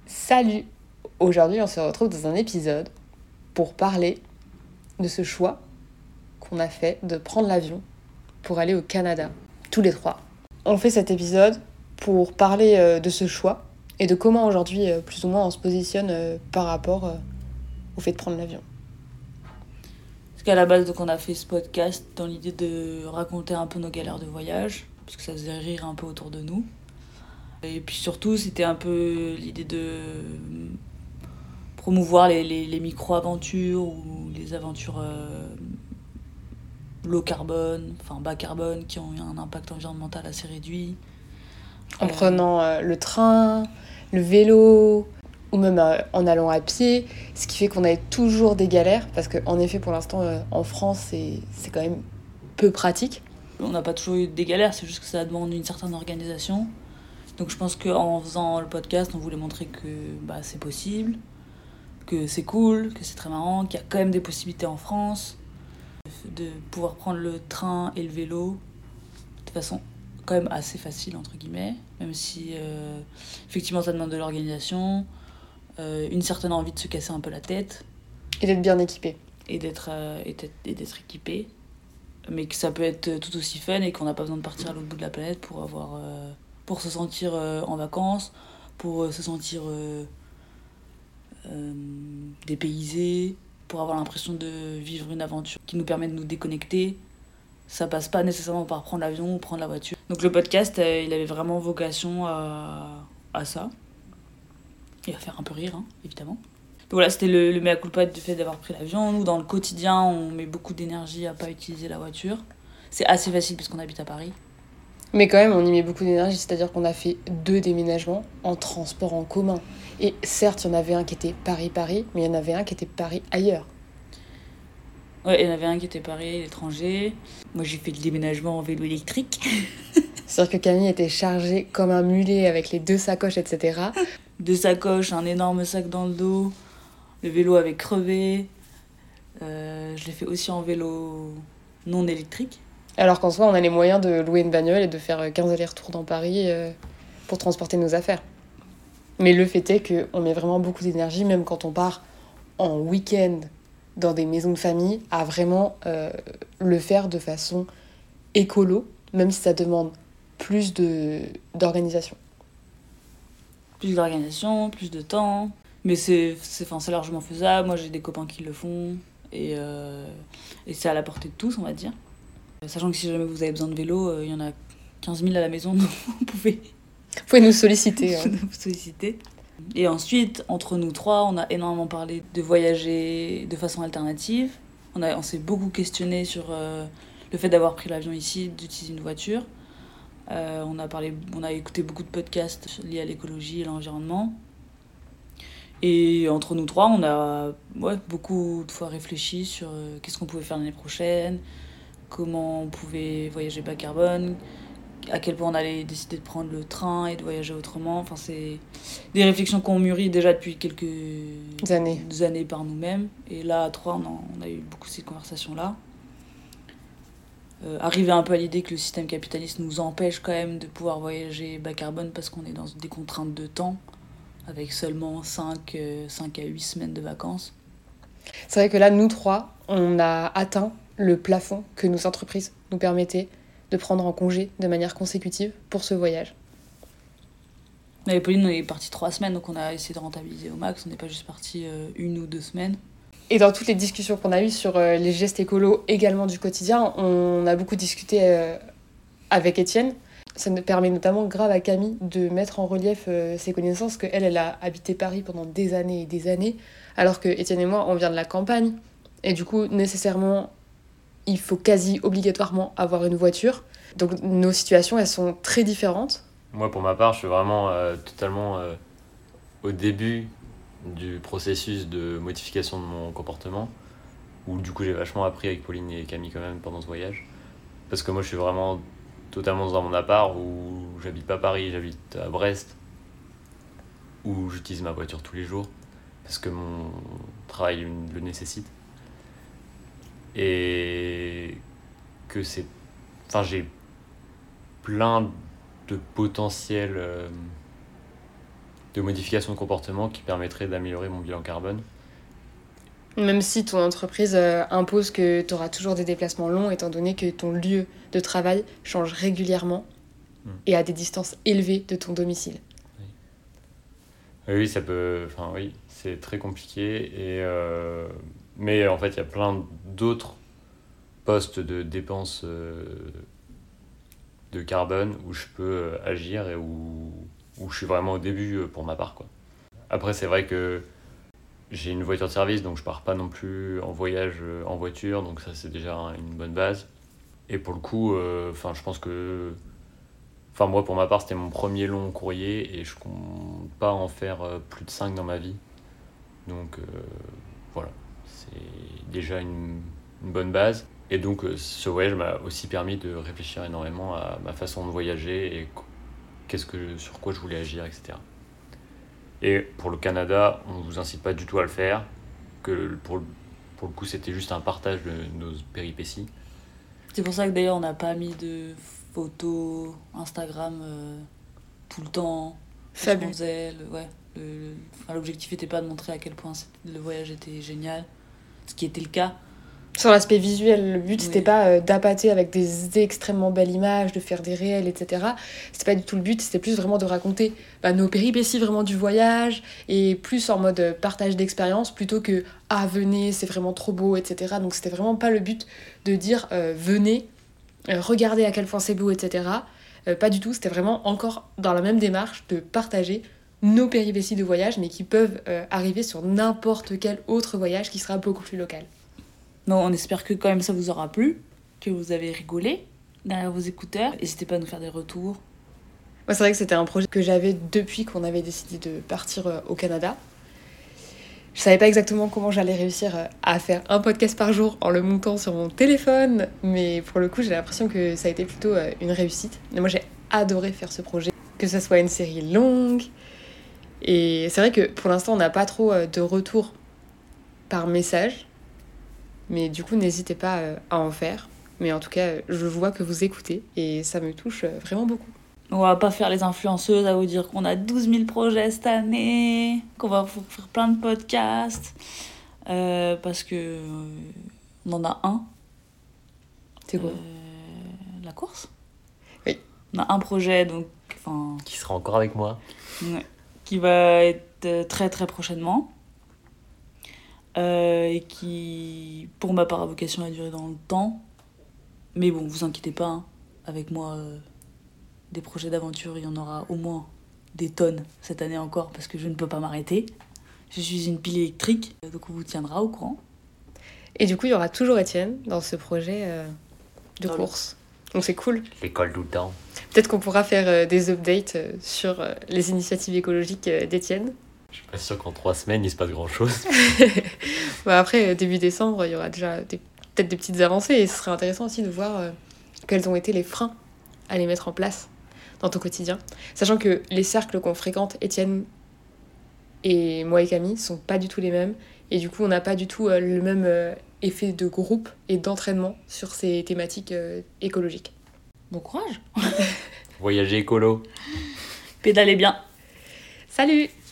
Salut! Aujourd'hui, on se retrouve dans un épisode pour parler de ce choix qu'on a fait de prendre l'avion pour aller au Canada, tous les trois. On fait cet épisode pour parler de ce choix et de comment aujourd'hui, plus ou moins, on se positionne par rapport au fait de prendre l'avion. Parce qu'à la base, donc, on a fait ce podcast dans l'idée de raconter un peu nos galères de voyage, parce que ça faisait rire un peu autour de nous. Et puis surtout, c'était un peu l'idée de promouvoir les micro-aventures ou les aventures low carbone, enfin bas carbone, qui ont eu un impact environnemental assez réduit. En prenant le train, le vélo, ou même en allant à pied, ce qui fait qu'on a toujours des galères, parce qu'en effet, pour l'instant, en France, c'est quand même peu pratique. On n'a pas toujours eu des galères, c'est juste que ça demande une certaine organisation. Donc je pense qu'en faisant le podcast, on voulait montrer que c'est possible, que c'est cool, que c'est très marrant, qu'il y a quand même des possibilités en France, de pouvoir prendre le train et le vélo de façon quand même assez facile, entre guillemets, même si effectivement ça demande de l'organisation, une certaine envie de se casser un peu la tête. Et d'être bien équipé. Et d'être équipé, mais que ça peut être tout aussi fun et qu'on n'a pas besoin de partir à l'autre bout de la planète pour se sentir en vacances, pour se sentir dépaysé, pour avoir l'impression de vivre une aventure qui nous permet de nous déconnecter. Ça passe pas nécessairement par prendre l'avion ou prendre la voiture. Donc le podcast, il avait vraiment vocation à ça. Et à faire un peu rire, hein, évidemment. Donc voilà, c'était le mea culpa du fait d'avoir pris l'avion. Nous, dans le quotidien, on met beaucoup d'énergie à pas utiliser la voiture. C'est assez facile puisqu'on habite à Paris. Mais quand même, on y met beaucoup d'énergie, c'est-à-dire qu'on a fait 2 déménagements en transport en commun. Et certes, il y en avait un qui était Paris-Paris, mais il y en avait un qui était Paris ailleurs. Ouais, il y en avait un qui était Paris à l'étranger. Moi, j'ai fait le déménagement en vélo électrique. C'est-à-dire que Camille était chargée comme un mulet avec les 2 sacoches, etc. 2 sacoches, un énorme sac dans le dos. Le vélo avait crevé. Je l'ai fait aussi en vélo non électrique. Alors qu'en soi, on a les moyens de louer une bagnole et de faire 15 allers-retours dans Paris pour transporter nos affaires. Mais le fait est qu'on met vraiment beaucoup d'énergie, même quand on part en week-end dans des maisons de famille, à vraiment le faire de façon écolo, même si ça demande plus d'organisation. Plus d'organisation, plus de temps. Mais c'est largement faisable. Moi, j'ai des copains qui le font. Et c'est à la portée de tous, on va dire. Sachant que si jamais vous avez besoin de vélo, il y en a 15 000 à la maison, donc vous pouvez nous solliciter. nous solliciter. Et ensuite, entre nous trois, on a énormément parlé de voyager de façon alternative. On s'est beaucoup questionné sur le fait d'avoir pris l'avion ici, d'utiliser une voiture. On a écouté beaucoup de podcasts liés à l'écologie et l'environnement. Et entre nous trois, on a beaucoup de fois réfléchi sur qu'est-ce qu'on pouvait faire l'année prochaine, comment on pouvait voyager bas carbone, à quel point on allait décider de prendre le train et de voyager autrement. Enfin, c'est des réflexions qu'on mûrit déjà depuis quelques années par nous-mêmes. Et là, à trois, on a eu beaucoup ces conversations-là. Arriver un peu à l'idée que le système capitaliste nous empêche quand même de pouvoir voyager bas carbone parce qu'on est dans des contraintes de temps, avec seulement 5 à 8 semaines de vacances. C'est vrai que là, nous trois, on a atteint le plafond que nos entreprises nous permettaient de prendre en congé de manière consécutive pour ce voyage. Mais Pauline, on est parti 3 semaines, donc on a essayé de rentabiliser au max. On n'est pas juste parti 1 ou 2 semaines. Et dans toutes les discussions qu'on a eues sur les gestes écolos également du quotidien, on a beaucoup discuté avec Étienne. Ça nous permet notamment, grave à Camille, de mettre en relief ses connaissances, qu'elle, elle a habité Paris pendant des années et des années, alors que Étienne et moi, on vient de la campagne. Et du coup, nécessairement, il faut quasi obligatoirement avoir une voiture. Donc nos situations, elles sont très différentes. Moi, pour ma part, je suis vraiment totalement au début du processus de modification de mon comportement, où du coup j'ai vachement appris avec Pauline et Camille quand même pendant ce voyage. Parce que moi, je suis vraiment totalement dans mon appart, où j'habite pas Paris, j'habite à Brest, où j'utilise ma voiture tous les jours, parce que mon travail le nécessite. Et que c'est... Enfin, j'ai plein de potentiels de modification de comportement qui permettrait d'améliorer mon bilan carbone. Même si ton entreprise impose que tu auras toujours des déplacements longs, étant donné que ton lieu de travail change régulièrement et à des distances élevées de ton domicile. Oui, ça peut... Enfin, oui, c'est très compliqué. Mais en fait, il y a plein d'autres postes de dépenses de carbone où je peux agir et où je suis vraiment au début pour ma part, quoi. Après, c'est vrai que j'ai une voiture de service, donc je pars pas non plus en voyage en voiture, donc ça c'est déjà une bonne base. Et pour le coup, je pense que... Enfin, moi, pour ma part, c'était mon premier long courrier et je compte pas en faire plus de 5 dans ma vie. Donc, voilà, c'est déjà une bonne base. Et donc, ce voyage m'a aussi permis de réfléchir énormément à ma façon de voyager et sur quoi je voulais agir, etc. Et pour le Canada, on ne vous incite pas du tout à le faire, que pour le coup, c'était juste un partage de nos péripéties. C'est pour ça que d'ailleurs, on n'a pas mis de photos Instagram tout le temps. Fabuleux. L'objectif n'était pas de montrer à quel point le voyage était génial, ce qui était le cas. Sur l'aspect visuel, le but, c'était pas d'appâter avec des extrêmement belles images, de faire des réels, etc. C'était pas du tout le but, c'était plus vraiment de raconter nos péripéties vraiment du voyage, et plus en mode partage d'expérience, plutôt que « Ah, venez, c'est vraiment trop beau, etc. » Donc c'était vraiment pas le but de dire « Venez, regardez à quel point c'est beau, etc. » Pas du tout, c'était vraiment encore dans la même démarche de partager nos péripéties de voyage, mais qui peuvent arriver sur n'importe quel autre voyage qui sera beaucoup plus local. Non, on espère que quand même ça vous aura plu, que vous avez rigolé derrière vos écouteurs. N'hésitez pas à nous faire des retours. Moi, c'est vrai que c'était un projet que j'avais depuis qu'on avait décidé de partir au Canada. Je savais pas exactement comment j'allais réussir à faire un podcast par jour en le montant sur mon téléphone, mais pour le coup, j'ai l'impression que ça a été plutôt une réussite. Et moi, j'ai adoré faire ce projet, que ce soit une série longue. Et c'est vrai que pour l'instant, on n'a pas trop de retours par message. Mais du coup, n'hésitez pas à en faire. Mais en tout cas, je vois que vous écoutez et ça me touche vraiment beaucoup. On va pas faire les influenceuses à vous dire qu'on a 12 000 projets cette année, qu'on va faire plein de podcasts. Parce que on en a un. C'est quoi la course. Oui. On a un projet, donc... Qui sera encore avec moi. Qui va être très très prochainement. Et qui, pour ma part, a vocation à durer dans le temps. Mais bon, vous inquiétez pas, hein. Avec moi, des projets d'aventure, il y en aura au moins des tonnes cette année encore, parce que je ne peux pas m'arrêter. Je suis une pile électrique, donc on vous tiendra au courant. Et du coup, il y aura toujours Étienne dans ce projet de course. Donc c'est cool. L'école tout le temps. Peut-être qu'on pourra faire des updates sur les initiatives écologiques d'Étienne. Je suis pas sûr qu'en 3 semaines, il se passe grand-chose. Après, début décembre, il y aura déjà peut-être des petites avancées et ce serait intéressant aussi de voir quels ont été les freins à les mettre en place dans ton quotidien. Sachant que les cercles qu'on fréquente, Étienne et moi et Camille, sont pas du tout les mêmes. Et du coup, on n'a pas du tout le même effet de groupe et d'entraînement sur ces thématiques écologiques. Bon courage. Voyager écolo. Pédalez bien. Salut!